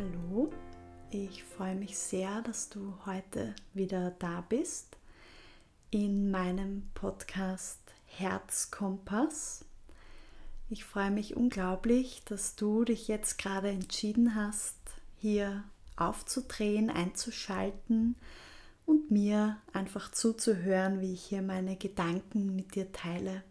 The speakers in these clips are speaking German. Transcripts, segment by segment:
Hallo, ich freue mich sehr, dass du heute wieder da bist in meinem Podcast Herzkompass. Ich freue mich unglaublich, dass du dich jetzt gerade entschieden hast, hier aufzudrehen, einzuschalten und mir einfach zuzuhören, wie ich hier meine Gedanken mit dir teile.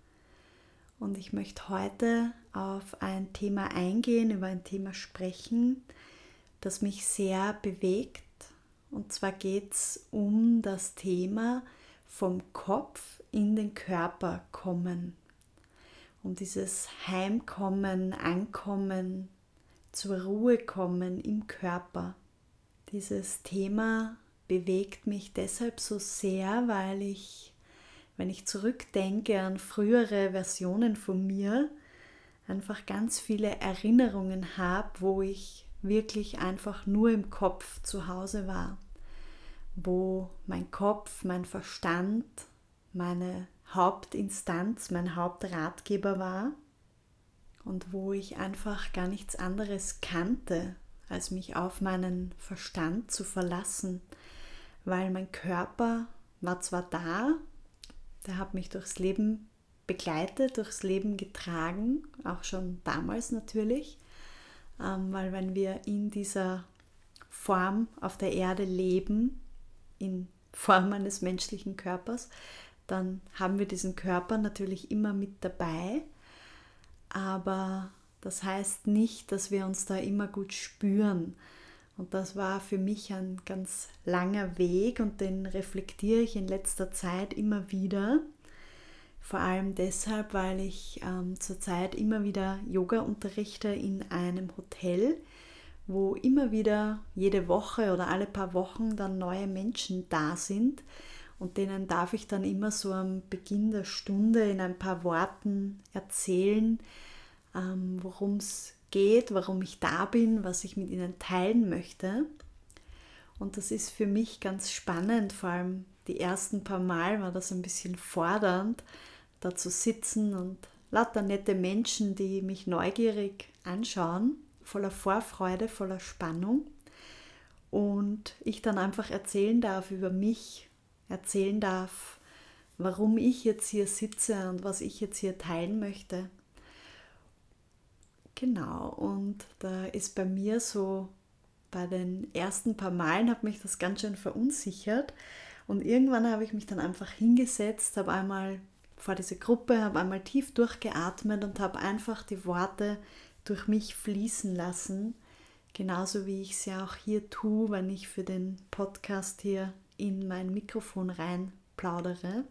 Und ich möchte heute auf ein Thema eingehen, über ein Thema sprechen, das mich sehr bewegt. Und zwar geht es um das Thema vom Kopf in den Körper kommen. Um dieses Heimkommen, Ankommen, zur Ruhe kommen im Körper. Dieses Thema bewegt mich deshalb so sehr, weil ich, wenn ich zurückdenke an frühere Versionen von mir, einfach ganz viele Erinnerungen habe, wo ich wirklich einfach nur im Kopf zu Hause war, wo mein Kopf, mein Verstand, meine Hauptinstanz, mein Hauptratgeber war und wo ich einfach gar nichts anderes kannte, als mich auf meinen Verstand zu verlassen, weil mein Körper war zwar da, der hat mich durchs Leben begleitet, durchs Leben getragen, auch schon damals natürlich, weil wenn wir in dieser Form auf der Erde leben, in Form eines menschlichen Körpers, dann haben wir diesen Körper natürlich immer mit dabei, aber das heißt nicht, dass wir uns da immer gut spüren. Und das war für mich ein ganz langer Weg und den reflektiere ich in letzter Zeit immer wieder. Vor allem deshalb, weil ich zurzeit immer wieder Yoga unterrichte in einem Hotel, wo immer wieder jede Woche oder alle paar Wochen dann neue Menschen da sind und denen darf ich dann immer so am Beginn der Stunde in ein paar Worten erzählen, worum es geht, warum ich da bin, was ich mit ihnen teilen möchte. Und das ist für mich ganz spannend, vor allem die ersten paar Mal war das ein bisschen fordernd, da zu sitzen und lauter nette Menschen, die mich neugierig anschauen, voller Vorfreude, voller Spannung. Und ich dann einfach erzählen darf über mich, erzählen darf, warum ich jetzt hier sitze und was ich jetzt hier teilen möchte. Genau, und da ist bei mir so, bei den ersten paar Malen hat mich das ganz schön verunsichert. Und irgendwann habe ich mich dann einfach hingesetzt, habe einmal vor diese Gruppe, habe einmal tief durchgeatmet und habe einfach die Worte durch mich fließen lassen. Genauso wie ich es ja auch hier tue, wenn ich für den Podcast hier in mein Mikrofon rein plaudere.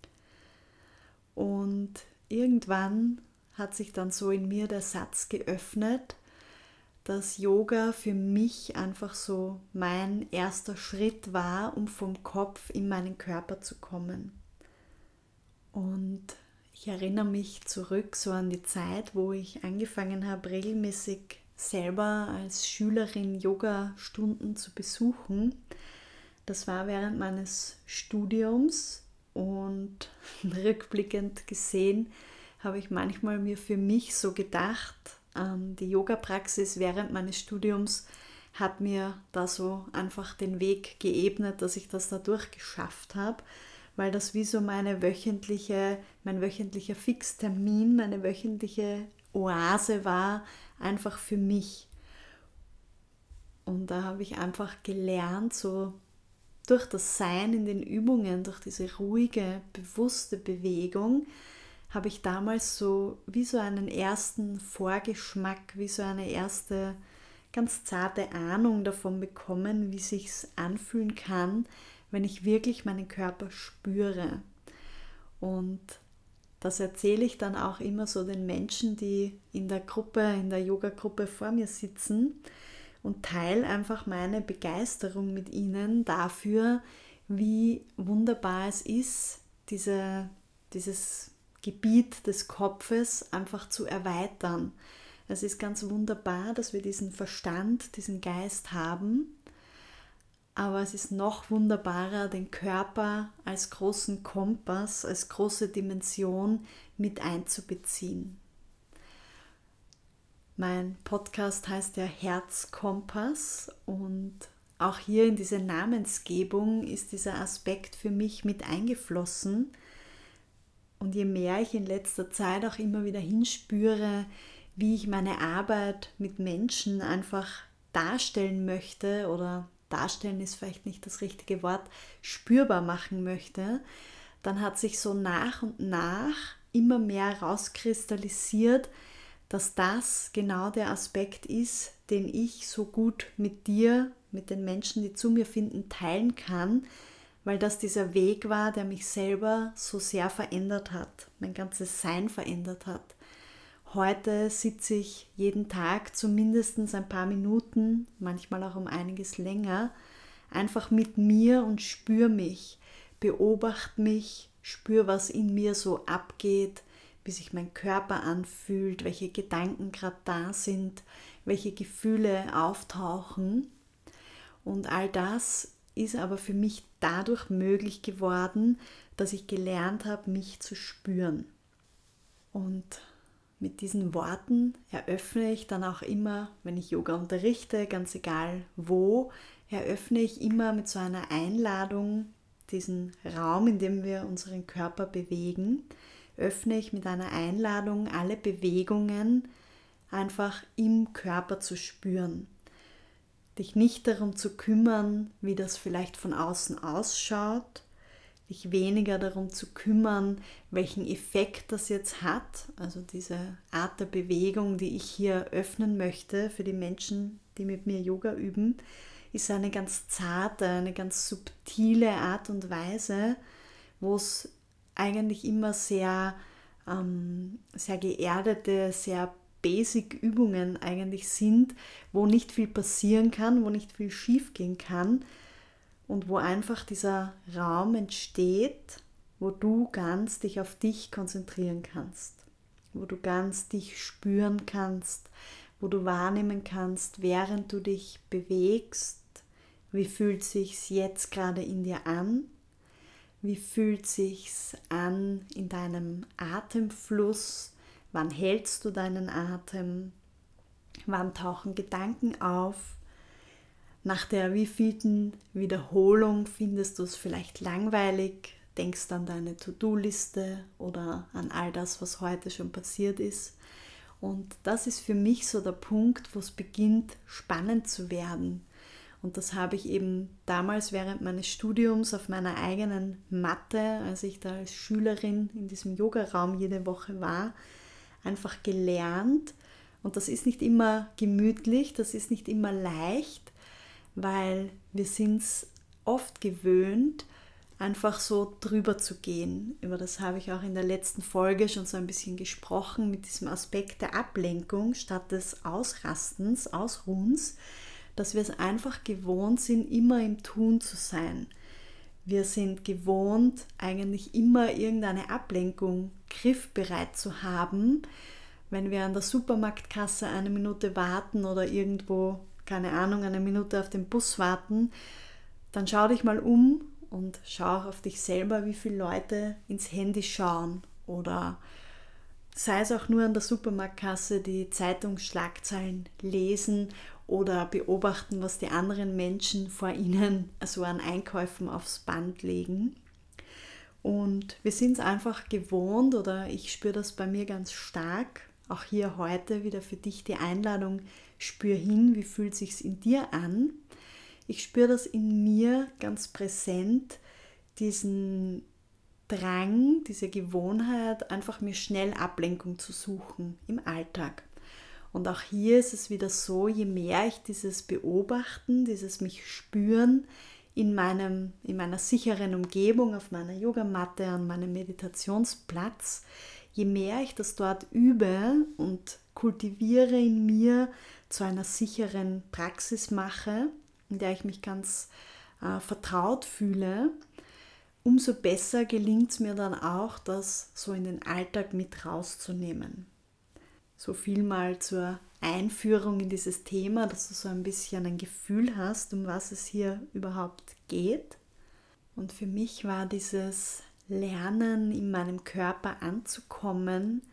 Und irgendwann hat sich dann so in mir der Satz geöffnet, dass Yoga für mich einfach so mein erster Schritt war, um vom Kopf in meinen Körper zu kommen. Und ich erinnere mich zurück so an die Zeit, wo ich angefangen habe, regelmäßig selber als Schülerin Yoga-Stunden zu besuchen. Das war während meines Studiums und rückblickend gesehen habe ich manchmal mir für mich so gedacht, die Yoga-Praxis während meines Studiums hat mir da so einfach den Weg geebnet, dass ich das dadurch geschafft habe, weil das wie so mein wöchentlicher Fixtermin, meine wöchentliche Oase war, einfach für mich. Und da habe ich einfach gelernt, so durch das Sein in den Übungen, durch diese ruhige, bewusste Bewegung, habe ich damals so wie so einen ersten Vorgeschmack, wie so eine erste ganz zarte Ahnung davon bekommen, wie sich's anfühlen kann, wenn ich wirklich meinen Körper spüre. Und das erzähle ich dann auch immer so den Menschen, die in der Gruppe, in der Yoga-Gruppe vor mir sitzen und teile einfach meine Begeisterung mit ihnen dafür, wie wunderbar es ist, dieses Gebiet des Kopfes einfach zu erweitern. Es ist ganz wunderbar, dass wir diesen Verstand, diesen Geist haben, aber es ist noch wunderbarer, den Körper als großen Kompass, als große Dimension mit einzubeziehen. Mein Podcast heißt ja Herzkompass und auch hier in diese Namensgebung ist dieser Aspekt für mich mit eingeflossen. Und je mehr ich in letzter Zeit auch immer wieder hinspüre, wie ich meine Arbeit mit Menschen einfach darstellen möchte, oder darstellen ist vielleicht nicht das richtige Wort, spürbar machen möchte, dann hat sich so nach und nach immer mehr rauskristallisiert, dass das genau der Aspekt ist, den ich so gut mit dir, mit den Menschen, die zu mir finden, teilen kann, weil das dieser Weg war, der mich selber so sehr verändert hat, mein ganzes Sein verändert hat. Heute sitze ich jeden Tag zumindest ein paar Minuten, manchmal auch um einiges länger, einfach mit mir und spüre mich, beobachte mich, spüre, was in mir so abgeht, wie sich mein Körper anfühlt, welche Gedanken gerade da sind, welche Gefühle auftauchen. Und all das ist aber für mich dadurch möglich geworden, dass ich gelernt habe, mich zu spüren. Und mit diesen Worten eröffne ich dann auch immer, wenn ich Yoga unterrichte, ganz egal wo, eröffne ich immer mit so einer Einladung diesen Raum, in dem wir unseren Körper bewegen, öffne ich mit einer Einladung, alle Bewegungen einfach im Körper zu spüren. Dich nicht darum zu kümmern, wie das vielleicht von außen ausschaut, dich weniger darum zu kümmern, welchen Effekt das jetzt hat, also diese Art der Bewegung, die ich hier öffnen möchte für die Menschen, die mit mir Yoga üben, ist eine ganz zarte, eine ganz subtile Art und Weise, wo es eigentlich immer sehr geerdete, sehr basic Übungen eigentlich sind, wo nicht viel passieren kann, wo nicht viel schief gehen kann und wo einfach dieser Raum entsteht, wo du ganz dich auf dich konzentrieren kannst, wo du ganz dich spüren kannst, wo du wahrnehmen kannst, während du dich bewegst, wie fühlt sich's jetzt gerade in dir an, wie fühlt sich's an in deinem Atemfluss, wann hältst du deinen Atem, wann tauchen Gedanken auf, nach der wievielten Wiederholung findest du es vielleicht langweilig, denkst an deine To-Do-Liste oder an all das, was heute schon passiert ist. Und das ist für mich so der Punkt, wo es beginnt, spannend zu werden. Und das habe ich eben damals während meines Studiums auf meiner eigenen Matte, als ich da als Schülerin in diesem Yogaraum jede Woche war, einfach gelernt. Und das ist nicht immer gemütlich, das ist nicht immer leicht, weil wir sind es oft gewöhnt, einfach so drüber zu gehen. Über das habe ich auch in der letzten Folge schon so ein bisschen gesprochen, mit diesem Aspekt der Ablenkung statt des Ausrastens, Ausruhens, dass wir es einfach gewohnt sind, immer im Tun zu sein. Wir sind gewohnt, eigentlich immer irgendeine Ablenkung griffbereit zu haben, wenn wir an der Supermarktkasse eine Minute warten oder irgendwo, keine Ahnung, eine Minute auf den Bus warten, dann schau dich mal um und schau auch auf dich selber, wie viele Leute ins Handy schauen oder sei es auch nur an der Supermarktkasse die Zeitungsschlagzeilen lesen oder beobachten, was die anderen Menschen vor ihnen so an Einkäufen aufs Band legen. Und wir sind es einfach gewohnt, oder ich spüre das bei mir ganz stark, auch hier heute wieder für dich die Einladung, spür hin, wie fühlt es sich in dir an. Ich spüre das in mir ganz präsent, diesen Drang, diese Gewohnheit, einfach mir schnell Ablenkung zu suchen im Alltag. Und auch hier ist es wieder so, je mehr ich dieses Beobachten, dieses mich spüren in meiner sicheren Umgebung, auf meiner Yogamatte, an meinem Meditationsplatz, je mehr ich das dort übe und kultiviere in mir, zu einer sicheren Praxis mache, in der ich mich ganz vertraut fühle, umso besser gelingt es mir dann auch, das so in den Alltag mit rauszunehmen. So viel mal zur Einführung in dieses Thema, dass du so ein bisschen ein Gefühl hast, um was es hier überhaupt geht. Und für mich war dieses Lernen, in meinem Körper anzukommen,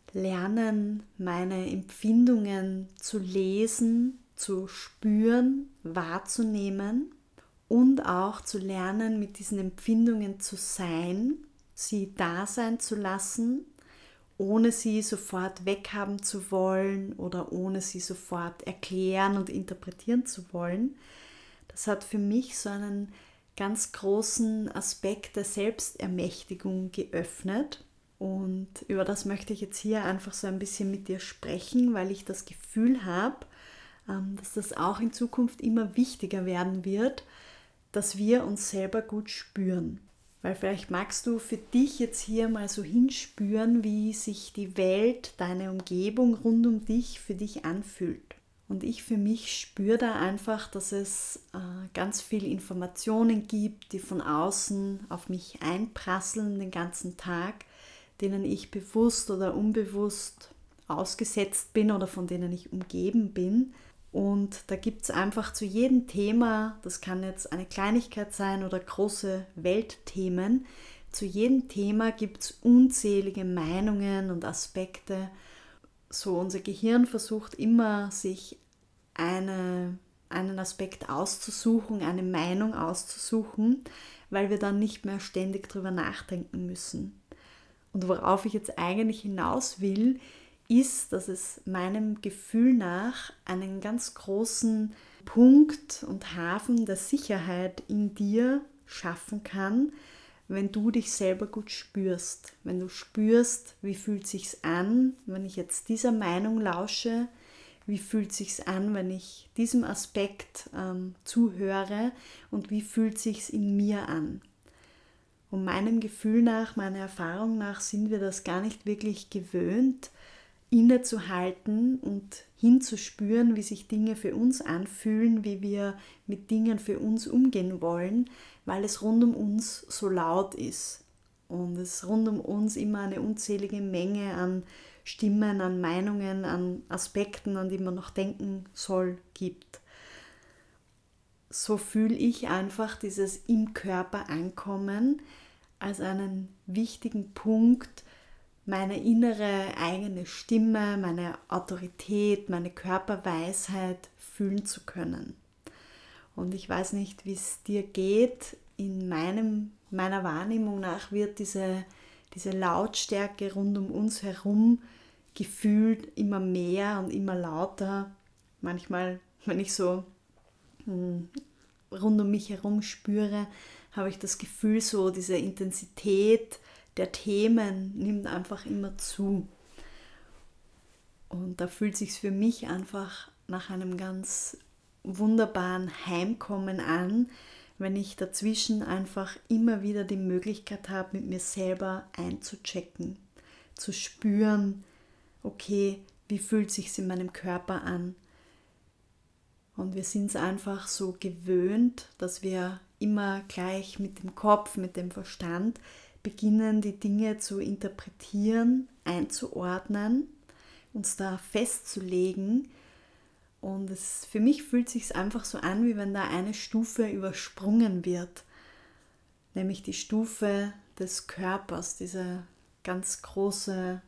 lernen, meine Empfindungen zu lesen, zu spüren, wahrzunehmen und auch zu lernen, mit diesen Empfindungen zu sein, sie da sein zu lassen, ohne sie sofort weghaben zu wollen oder ohne sie sofort erklären und interpretieren zu wollen. Das hat für mich so einen ganz großen Aspekt der Selbstermächtigung geöffnet. Und über das möchte ich jetzt hier einfach so ein bisschen mit dir sprechen, weil ich das Gefühl habe, dass das auch in Zukunft immer wichtiger werden wird, dass wir uns selber gut spüren. Weil vielleicht magst du für dich jetzt hier mal so hinspüren, wie sich die Welt, deine Umgebung rund um dich für dich anfühlt. Und ich für mich spüre da einfach, dass es ganz viel Informationen gibt, die von außen auf mich einprasseln den ganzen Tag, denen ich bewusst oder unbewusst ausgesetzt bin oder von denen ich umgeben bin. Und da gibt es einfach zu jedem Thema, das kann jetzt eine Kleinigkeit sein oder große Weltthemen, zu jedem Thema gibt es unzählige Meinungen und Aspekte. So unser Gehirn versucht immer, sich einen Aspekt auszusuchen, eine Meinung auszusuchen, weil wir dann nicht mehr ständig drüber nachdenken müssen. Und worauf ich jetzt eigentlich hinaus will, ist, dass es meinem Gefühl nach einen ganz großen Punkt und Hafen der Sicherheit in dir schaffen kann, wenn du dich selber gut spürst. Wenn du spürst, wie fühlt es sich an, wenn ich jetzt dieser Meinung lausche, wie fühlt es sich an, wenn ich diesem Aspekt zuhöre und wie fühlt es sich in mir an. Und meinem Gefühl nach, meiner Erfahrung nach sind wir das gar nicht wirklich gewöhnt, innezuhalten und hinzuspüren, wie sich Dinge für uns anfühlen, wie wir mit Dingen für uns umgehen wollen, weil es rund um uns so laut ist und es rund um uns immer eine unzählige Menge an Stimmen, an Meinungen, an Aspekten, an die man noch denken soll, gibt. So fühle ich einfach dieses im Körper ankommen als einen wichtigen Punkt, meine innere eigene Stimme, meine Autorität, meine Körperweisheit fühlen zu können. Und ich weiß nicht, wie es dir geht. In meiner Wahrnehmung nach wird diese Lautstärke rund um uns herum gefühlt immer mehr und immer lauter. Manchmal, wenn ich so rund um mich herum spüre, habe ich das Gefühl, so diese Intensität der Themen nimmt einfach immer zu. Und da fühlt es sich für mich einfach nach einem ganz wunderbaren Heimkommen an, wenn ich dazwischen einfach immer wieder die Möglichkeit habe, mit mir selber einzuchecken, zu spüren, okay, wie fühlt es sich in meinem Körper an? Und wir sind es einfach so gewöhnt, dass wir immer gleich mit dem Kopf, mit dem Verstand beginnen, die Dinge zu interpretieren, einzuordnen, uns da festzulegen. Und für mich fühlt es sich einfach so an, wie wenn da eine Stufe übersprungen wird, nämlich die Stufe des Körpers, diesen großen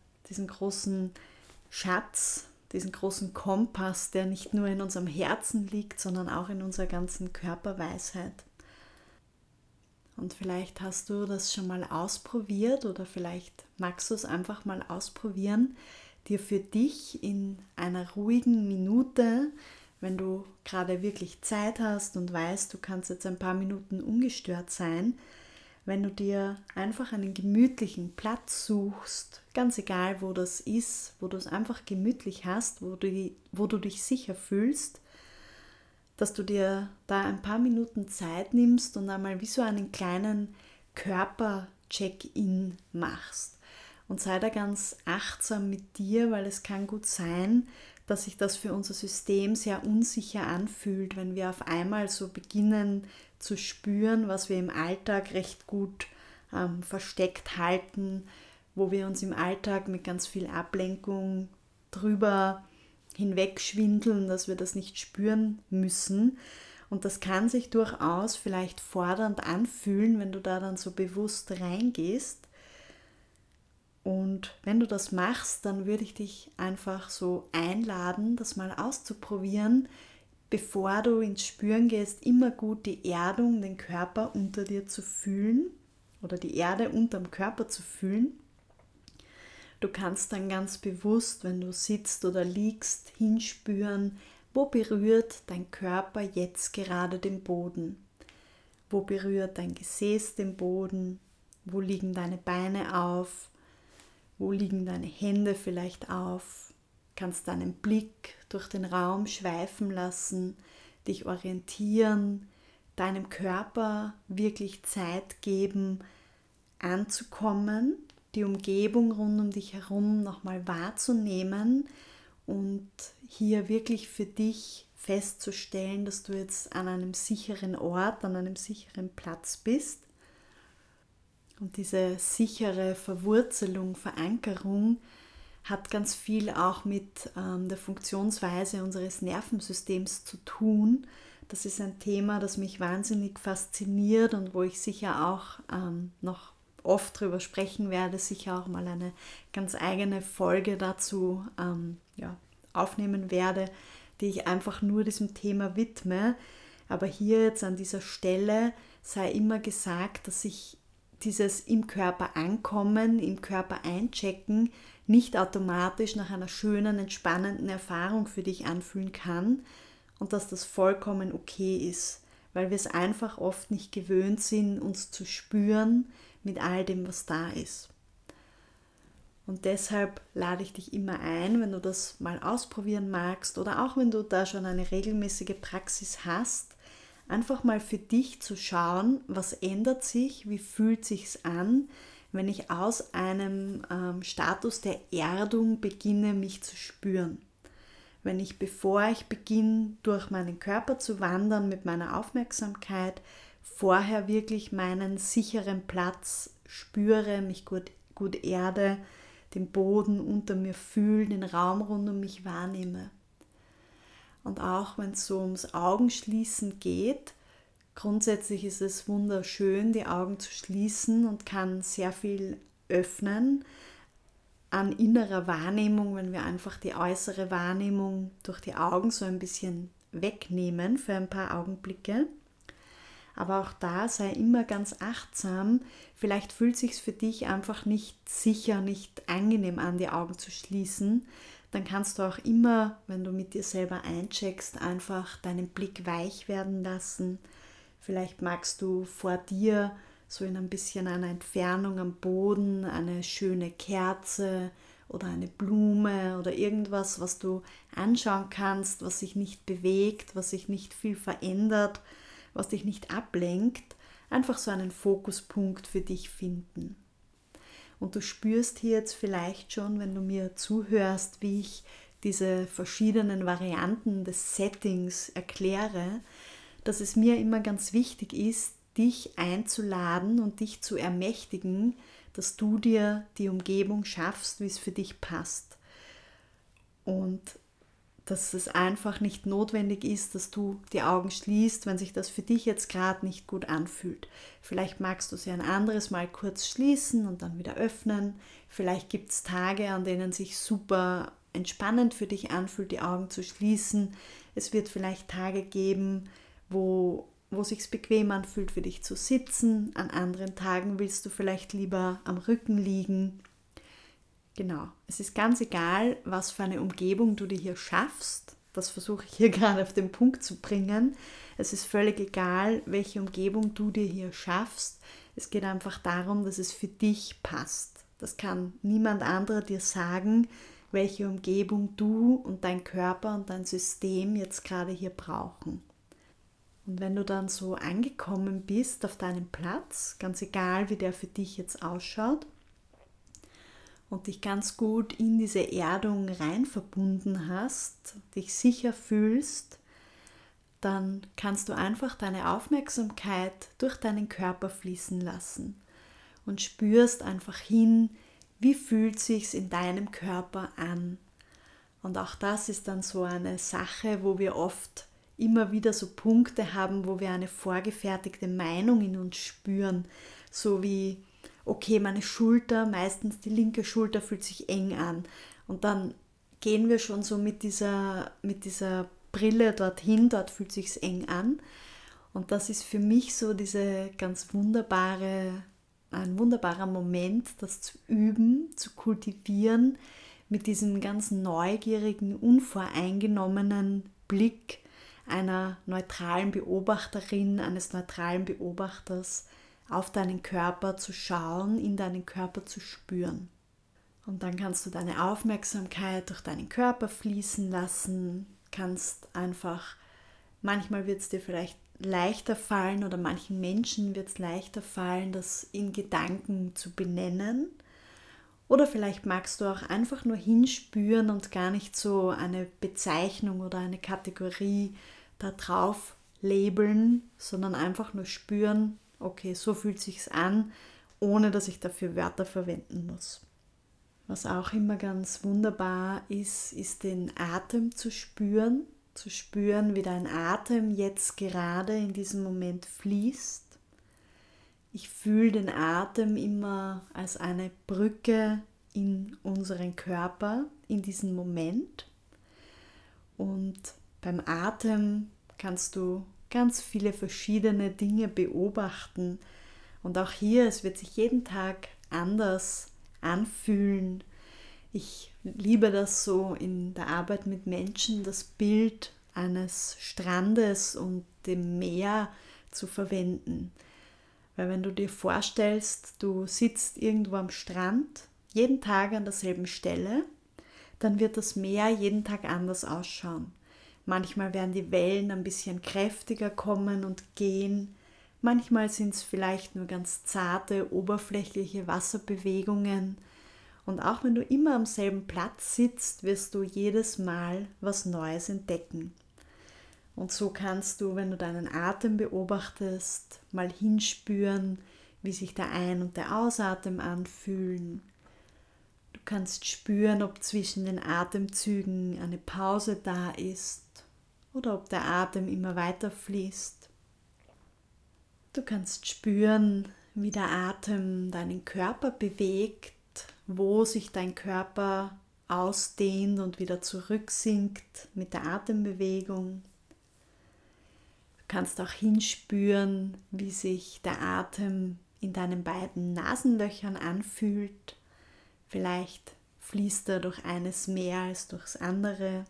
Schatz, diesen großen Kompass, der nicht nur in unserem Herzen liegt, sondern auch in unserer ganzen Körperweisheit. Und vielleicht hast du das schon mal ausprobiert oder vielleicht magst du es einfach mal ausprobieren, dir für dich in einer ruhigen Minute, wenn du gerade wirklich Zeit hast und weißt, du kannst jetzt ein paar Minuten ungestört sein, wenn du dir einfach einen gemütlichen Platz suchst, ganz egal wo das ist, wo du es einfach gemütlich hast, wo du dich sicher fühlst, dass du dir da ein paar Minuten Zeit nimmst und einmal wie so einen kleinen Körper-Check-In machst. Und sei da ganz achtsam mit dir, weil es kann gut sein, dass sich das für unser System sehr unsicher anfühlt, wenn wir auf einmal so beginnen zu spüren, was wir im Alltag recht gut versteckt halten, wo wir uns im Alltag mit ganz viel Ablenkung drüber hinwegschwindeln, dass wir das nicht spüren müssen. Und das kann sich durchaus vielleicht fordernd anfühlen, wenn du da dann so bewusst reingehst. Und wenn du das machst, dann würde ich dich einfach so einladen, das mal auszuprobieren, bevor du ins Spüren gehst, immer gut die Erdung, den Körper unter dir zu fühlen oder die Erde unterm Körper zu fühlen. Du kannst dann ganz bewusst, wenn du sitzt oder liegst, hinspüren, wo berührt dein Körper jetzt gerade den Boden? Wo berührt dein Gesäß den Boden? Wo liegen deine Beine auf? Wo liegen deine Hände vielleicht auf? Kannst deinen Blick durch den Raum schweifen lassen, dich orientieren, deinem Körper wirklich Zeit geben, anzukommen, die Umgebung rund um dich herum nochmal wahrzunehmen und hier wirklich für dich festzustellen, dass du jetzt an einem sicheren Ort, an einem sicheren Platz bist. Und diese sichere Verwurzelung, Verankerung hat ganz viel auch mit der Funktionsweise unseres Nervensystems zu tun. Das ist ein Thema, das mich wahnsinnig fasziniert und wo ich sicher auch noch oft drüber sprechen werde, sicher auch mal eine ganz eigene Folge dazu aufnehmen werde, die ich einfach nur diesem Thema widme. Aber hier jetzt an dieser Stelle sei immer gesagt, dass sich dieses im Körper ankommen, im Körper einchecken, nicht automatisch nach einer schönen, entspannenden Erfahrung für dich anfühlen kann und dass das vollkommen okay ist, weil wir es einfach oft nicht gewöhnt sind, uns zu spüren mit all dem, was da ist. Und deshalb lade ich dich immer ein, wenn du das mal ausprobieren magst oder auch wenn du da schon eine regelmäßige Praxis hast, einfach mal für dich zu schauen, was ändert sich, wie fühlt sich's an, wenn ich aus einem Status der Erdung beginne, mich zu spüren. Wenn ich, bevor ich beginne, durch meinen Körper zu wandern mit meiner Aufmerksamkeit, vorher wirklich meinen sicheren Platz spüre, mich gut erde, den Boden unter mir fühle, den Raum rund um mich wahrnehme. Und auch wenn es so ums Augenschließen geht, grundsätzlich ist es wunderschön, die Augen zu schließen und kann sehr viel öffnen an innerer Wahrnehmung, wenn wir einfach die äußere Wahrnehmung durch die Augen so ein bisschen wegnehmen für ein paar Augenblicke. Aber auch da sei immer ganz achtsam. Vielleicht fühlt es sich für dich einfach nicht sicher, nicht angenehm an, die Augen zu schließen. Dann kannst du auch immer, wenn du mit dir selber eincheckst, einfach deinen Blick weich werden lassen. Vielleicht magst du vor dir so in ein bisschen einer Entfernung am Boden eine schöne Kerze oder eine Blume oder irgendwas, was du anschauen kannst, was sich nicht bewegt, was sich nicht viel verändert, was dich nicht ablenkt. Einfach so einen Fokuspunkt für dich finden. Und du spürst hier jetzt vielleicht schon, wenn du mir zuhörst, wie ich diese verschiedenen Varianten des Settings erkläre, dass es mir immer ganz wichtig ist, dich einzuladen und dich zu ermächtigen, dass du dir die Umgebung schaffst, wie es für dich passt. Und dass es einfach nicht notwendig ist, dass du die Augen schließt, wenn sich das für dich jetzt gerade nicht gut anfühlt. Vielleicht magst du sie ein anderes Mal kurz schließen und dann wieder öffnen. Vielleicht gibt es Tage, an denen sich super entspannend für dich anfühlt, die Augen zu schließen. Es wird vielleicht Tage geben, wo sich bequem anfühlt für dich zu sitzen. An anderen Tagen willst du vielleicht lieber am Rücken liegen. Genau, es ist ganz egal, was für eine Umgebung du dir hier schaffst. Das versuche ich hier gerade auf den Punkt zu bringen. Es ist völlig egal, welche Umgebung du dir hier schaffst. Es geht einfach darum, dass es für dich passt. Das kann niemand anderer dir sagen, welche Umgebung du und dein Körper und dein System jetzt gerade hier brauchen. Und wenn du dann so angekommen bist auf deinem Platz, ganz egal, wie der für dich jetzt ausschaut, und dich ganz gut in diese Erdung rein verbunden hast, dich sicher fühlst, dann kannst du einfach deine Aufmerksamkeit durch deinen Körper fließen lassen und spürst einfach hin, wie fühlt sich's in deinem Körper an. Und auch das ist dann so eine Sache, wo wir oft immer wieder so Punkte haben, wo wir eine vorgefertigte Meinung in uns spüren, so wie: okay, meine Schulter, meistens die linke Schulter fühlt sich eng an. Und dann gehen wir schon so mit dieser Brille dorthin, dort fühlt sich's eng an. Und das ist für mich so ein wunderbarer Moment, das zu üben, zu kultivieren, mit diesem ganz neugierigen, unvoreingenommenen Blick einer neutralen Beobachterin, eines neutralen Beobachters auf deinen Körper zu schauen, in deinen Körper zu spüren. Und dann kannst du deine Aufmerksamkeit durch deinen Körper fließen lassen, kannst einfach, manchmal wird es dir vielleicht leichter fallen oder manchen Menschen wird es leichter fallen, das in Gedanken zu benennen. Oder vielleicht magst du auch einfach nur hinspüren und gar nicht so eine Bezeichnung oder eine Kategorie da drauf labeln, sondern einfach nur spüren, okay, so fühlt es sich an, ohne dass ich dafür Wörter verwenden muss. Was auch immer ganz wunderbar ist, ist den Atem zu spüren, wie dein Atem jetzt gerade in diesem Moment fließt. Ich fühle den Atem immer als eine Brücke in unseren Körper, in diesen Moment. Und beim Atem kannst du ganz viele verschiedene Dinge beobachten. Und auch hier, es wird sich jeden Tag anders anfühlen. Ich liebe das so in der Arbeit mit Menschen, das Bild eines Strandes und dem Meer zu verwenden. Weil wenn du dir vorstellst, du sitzt irgendwo am Strand, jeden Tag an derselben Stelle, dann wird das Meer jeden Tag anders ausschauen. Manchmal werden die Wellen ein bisschen kräftiger kommen und gehen. Manchmal sind es vielleicht nur ganz zarte, oberflächliche Wasserbewegungen. Und auch wenn du immer am selben Platz sitzt, wirst du jedes Mal was Neues entdecken. Und so kannst du, wenn du deinen Atem beobachtest, mal hinspüren, wie sich der Ein- und der Ausatmen anfühlen. Du kannst spüren, ob zwischen den Atemzügen eine Pause da ist oder ob der Atem immer weiter fließt. Du kannst spüren, wie der Atem deinen Körper bewegt, wo sich dein Körper ausdehnt und wieder zurücksinkt mit der Atembewegung. Du kannst auch hinspüren, wie sich der Atem in deinen beiden Nasenlöchern anfühlt. Vielleicht fließt er durch eines mehr als durchs andere.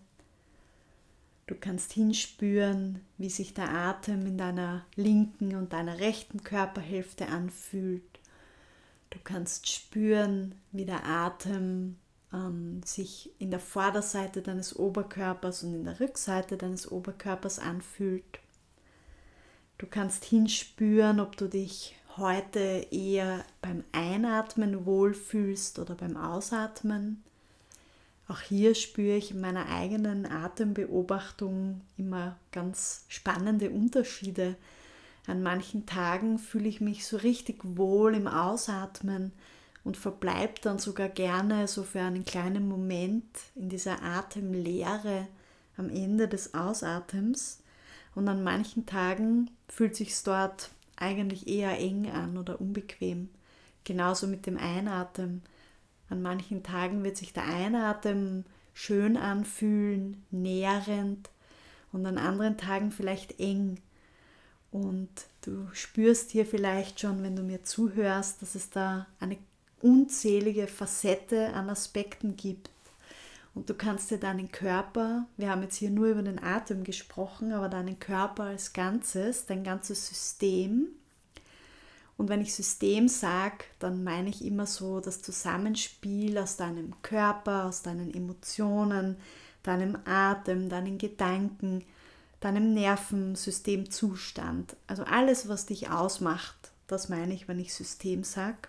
Du kannst hinspüren, wie sich der Atem in deiner linken und deiner rechten Körperhälfte anfühlt. Du kannst spüren, wie der Atem sich in der Vorderseite deines Oberkörpers und in der Rückseite deines Oberkörpers anfühlt. Du kannst hinspüren, ob du dich heute eher beim Einatmen wohlfühlst oder beim Ausatmen. Auch hier spüre ich in meiner eigenen Atembeobachtung immer ganz spannende Unterschiede. An manchen Tagen fühle ich mich so richtig wohl im Ausatmen und verbleibe dann sogar gerne so für einen kleinen Moment in dieser Atemleere am Ende des Ausatems. Und an manchen Tagen fühlt sich dort eigentlich eher eng an oder unbequem. Genauso mit dem Einatmen. An manchen Tagen wird sich der Einatmen schön anfühlen, nährend und an anderen Tagen vielleicht eng. Und du spürst hier vielleicht schon, wenn du mir zuhörst, dass es da eine unzählige Facette an Aspekten gibt. Und du kannst dir deinen Körper, wir haben jetzt hier nur über den Atem gesprochen, aber deinen Körper als Ganzes, dein ganzes System. Und wenn ich System sage, dann meine ich immer so das Zusammenspiel aus deinem Körper, aus deinen Emotionen, deinem Atem, deinen Gedanken, deinem Nervensystemzustand. Also alles, was dich ausmacht, das meine ich, wenn ich System sage.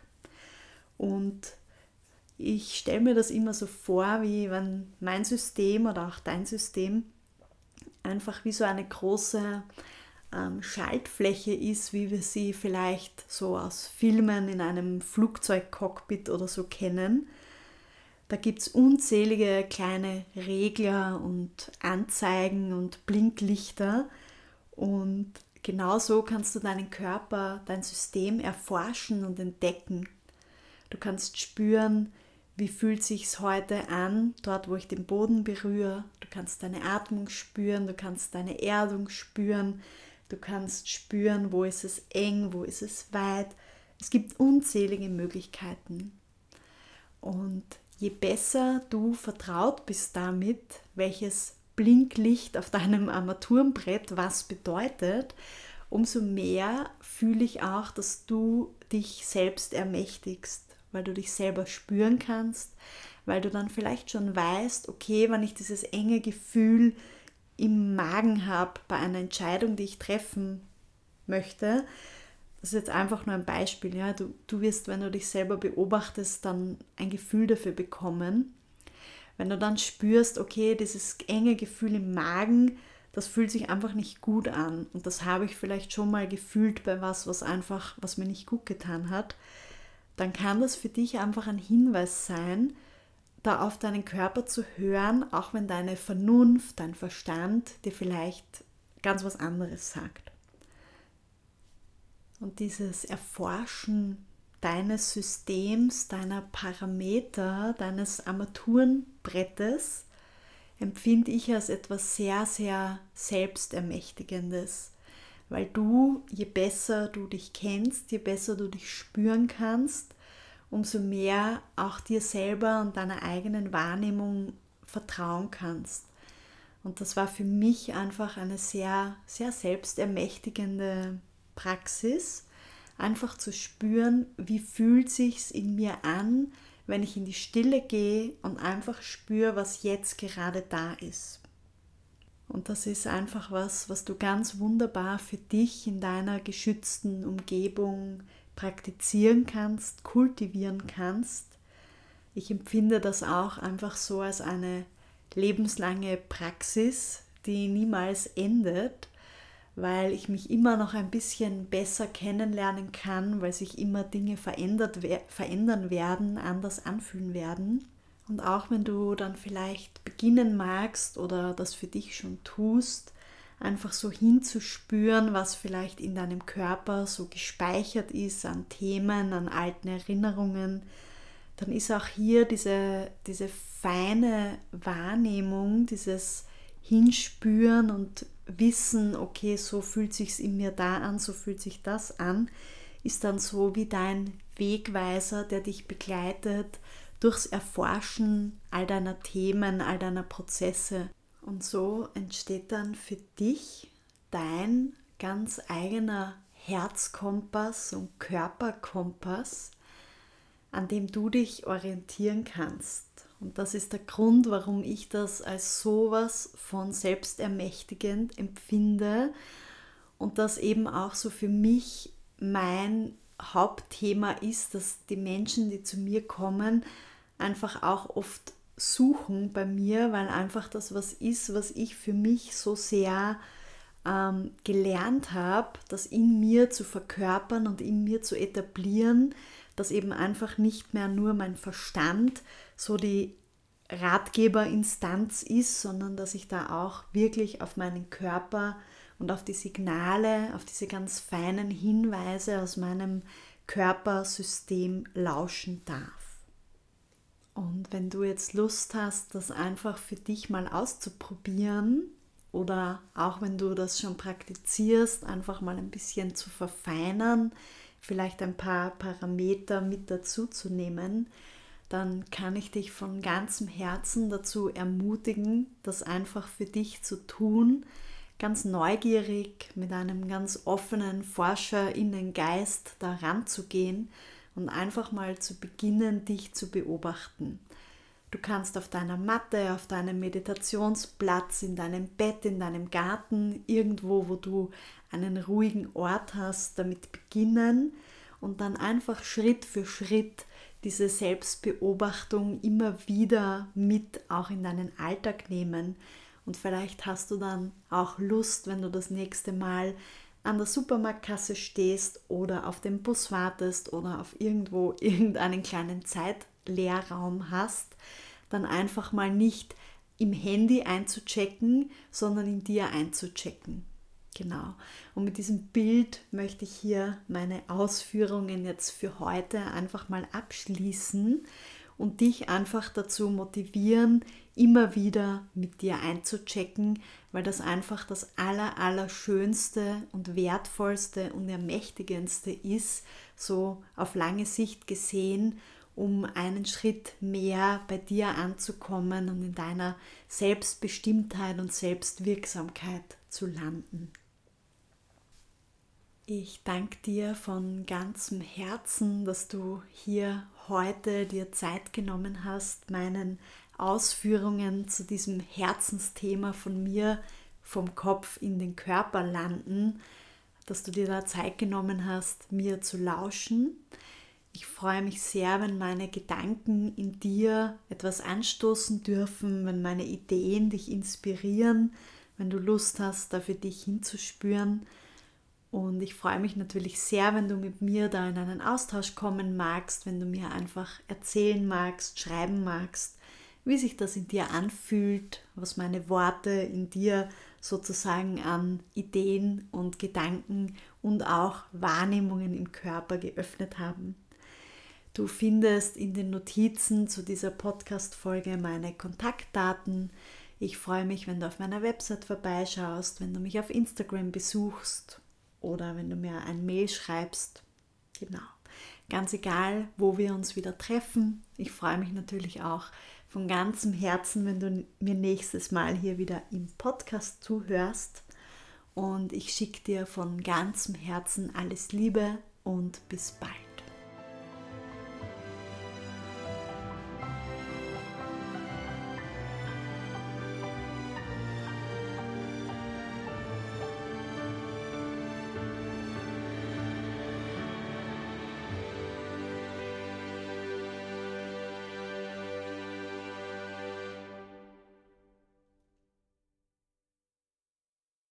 Und ich stelle mir das immer so vor, wie wenn mein System oder auch dein System einfach wie so eine große Schaltfläche ist, wie wir sie vielleicht so aus Filmen in einem Flugzeugcockpit oder so kennen. Da gibt es unzählige kleine Regler und Anzeigen und Blinklichter und genauso kannst du deinen Körper, dein System erforschen und entdecken. Du kannst spüren, wie fühlt sich's heute an, dort wo ich den Boden berühre. Du kannst deine Atmung spüren, du kannst deine Erdung spüren, du kannst spüren, wo ist es eng, wo ist es weit. Es gibt unzählige Möglichkeiten. Und je besser du vertraut bist damit, welches Blinklicht auf deinem Armaturenbrett was bedeutet, umso mehr fühle ich auch, dass du dich selbst ermächtigst, weil du dich selber spüren kannst, weil du dann vielleicht schon weißt, okay, wenn ich dieses enge Gefühl im Magen habe bei einer Entscheidung, die ich treffen möchte, das ist jetzt einfach nur ein Beispiel, ja, du wirst, wenn du dich selber beobachtest, dann ein Gefühl dafür bekommen. Wenn du dann spürst, okay, dieses enge Gefühl im Magen, das fühlt sich einfach nicht gut an und das habe ich vielleicht schon mal gefühlt bei was mir nicht gut getan hat, dann kann das für dich einfach ein Hinweis sein, da auf deinen Körper zu hören, auch wenn deine Vernunft, dein Verstand dir vielleicht ganz was anderes sagt. Und dieses Erforschen deines Systems, deiner Parameter, deines Armaturenbrettes empfinde ich als etwas sehr, sehr Selbstermächtigendes. Weil du, je besser du dich kennst, je besser du dich spüren kannst, umso mehr auch dir selber und deiner eigenen Wahrnehmung vertrauen kannst. Und das war für mich einfach eine sehr, sehr selbstermächtigende Praxis, einfach zu spüren, wie fühlt sich's in mir an, wenn ich in die Stille gehe und einfach spüre, was jetzt gerade da ist. Und das ist einfach was du ganz wunderbar für dich in deiner geschützten Umgebung praktizieren kannst, kultivieren kannst. Ich empfinde das auch einfach so als eine lebenslange Praxis, die niemals endet, weil ich mich immer noch ein bisschen besser kennenlernen kann, weil sich immer Dinge verändern werden, anders anfühlen werden. Und auch wenn du dann vielleicht beginnen magst oder das für dich schon tust, einfach so hinzuspüren, was vielleicht in deinem Körper so gespeichert ist an Themen, an alten Erinnerungen, dann ist auch hier diese feine Wahrnehmung, dieses Hinspüren und Wissen, okay, so fühlt sich's in mir da an, so fühlt sich das an, ist dann so wie dein Wegweiser, der dich begleitet durchs Erforschen all deiner Themen, all deiner Prozesse. Und so entsteht dann für dich dein ganz eigener Herzkompass und Körperkompass, an dem du dich orientieren kannst. Und das ist der Grund, warum ich das als sowas von selbstermächtigend empfinde und das eben auch so für mich mein Hauptthema ist, dass die Menschen, die zu mir kommen, einfach auch oft suchen bei mir, weil einfach das was ist, was ich für mich so sehr gelernt habe, das in mir zu verkörpern und in mir zu etablieren, dass eben einfach nicht mehr nur mein Verstand so die Ratgeberinstanz ist, sondern dass ich da auch wirklich auf meinen Körper und auf die Signale, auf diese ganz feinen Hinweise aus meinem Körpersystem lauschen darf. Und wenn du jetzt Lust hast, das einfach für dich mal auszuprobieren oder auch wenn du das schon praktizierst, einfach mal ein bisschen zu verfeinern, vielleicht ein paar Parameter mit dazu zu nehmen, dann kann ich dich von ganzem Herzen dazu ermutigen, das einfach für dich zu tun, ganz neugierig mit einem ganz offenen ForscherInnen-Geist da ranzugehen und einfach mal zu beginnen, dich zu beobachten. Du kannst auf deiner Matte, auf deinem Meditationsplatz, in deinem Bett, in deinem Garten, irgendwo, wo du einen ruhigen Ort hast, damit beginnen und dann einfach Schritt für Schritt diese Selbstbeobachtung immer wieder mit auch in deinen Alltag nehmen. Und vielleicht hast du dann auch Lust, wenn du das nächste Mal an der Supermarktkasse stehst oder auf dem Bus wartest oder auf irgendeinen kleinen Zeitleerraum hast, dann einfach mal nicht im Handy einzuchecken, sondern in dir einzuchecken. Genau. Und mit diesem Bild möchte ich hier meine Ausführungen jetzt für heute einfach mal abschließen und dich einfach dazu motivieren, immer wieder mit dir einzuchecken, weil das einfach das Allerschönste und Wertvollste und Ermächtigendste ist, so auf lange Sicht gesehen, um einen Schritt mehr bei dir anzukommen und in deiner Selbstbestimmtheit und Selbstwirksamkeit zu landen. Ich danke dir von ganzem Herzen, dass du hier heute dir Zeit genommen hast, meinen Ausführungen zu diesem Herzensthema von mir vom Kopf in den Körper landen, dass du dir da Zeit genommen hast, mir zu lauschen. Ich freue mich sehr, wenn meine Gedanken in dir etwas anstoßen dürfen, wenn meine Ideen dich inspirieren, wenn du Lust hast, da für dich hinzuspüren. Und ich freue mich natürlich sehr, wenn du mit mir da in einen Austausch kommen magst, wenn du mir einfach erzählen magst, schreiben magst, wie sich das in dir anfühlt, was meine Worte in dir sozusagen an Ideen und Gedanken und auch Wahrnehmungen im Körper geöffnet haben. Du findest in den Notizen zu dieser Podcast-Folge meine Kontaktdaten. Ich freue mich, wenn du auf meiner Website vorbeischaust, wenn du mich auf Instagram besuchst oder wenn du mir ein Mail schreibst. Genau. Ganz egal, wo wir uns wieder treffen. Ich freue mich natürlich auch von ganzem Herzen, wenn du mir nächstes Mal hier wieder im Podcast zuhörst. Und ich schicke dir von ganzem Herzen alles Liebe und bis bald.